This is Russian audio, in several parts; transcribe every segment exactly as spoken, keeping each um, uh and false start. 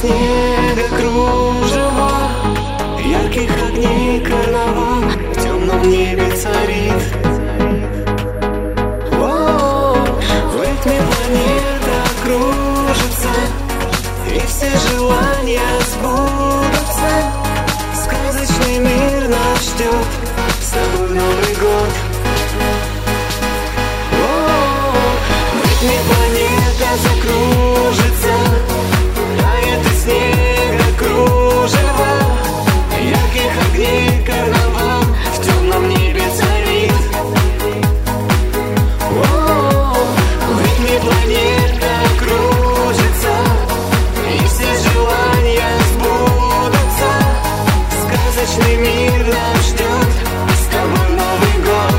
снега кружево, ярких огней карнавал в темном небе царит. О, в ритме планета кружится, и все желания сбудутся. Сказочный мир нас ждет, с тобой Новый год. О, в ритме планета закружится, тает из снега кружево, ярких огней карнавал в темном небе царит. О, в ритме планета кружится, и все желания сбудутся. Сказочный мир нас ждет, с тобой Новый год.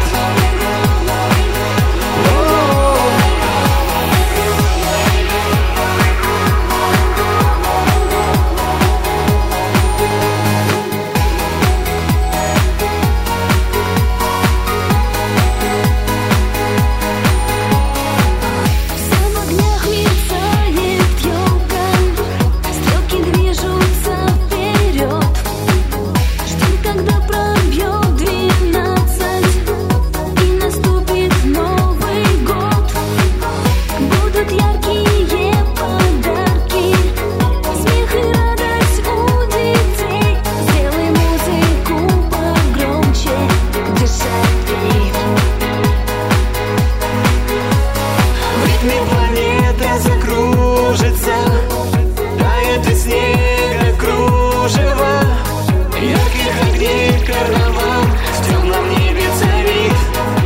Планета закружится, тает из снега кружево, ярких огней карнавал в темном небе царит.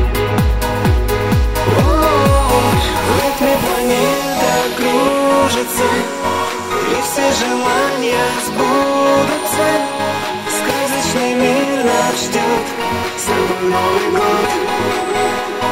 О, в ритме планета кружится, и все желания сбудутся. Сказочный мир нас ждет, с тобой Новый год.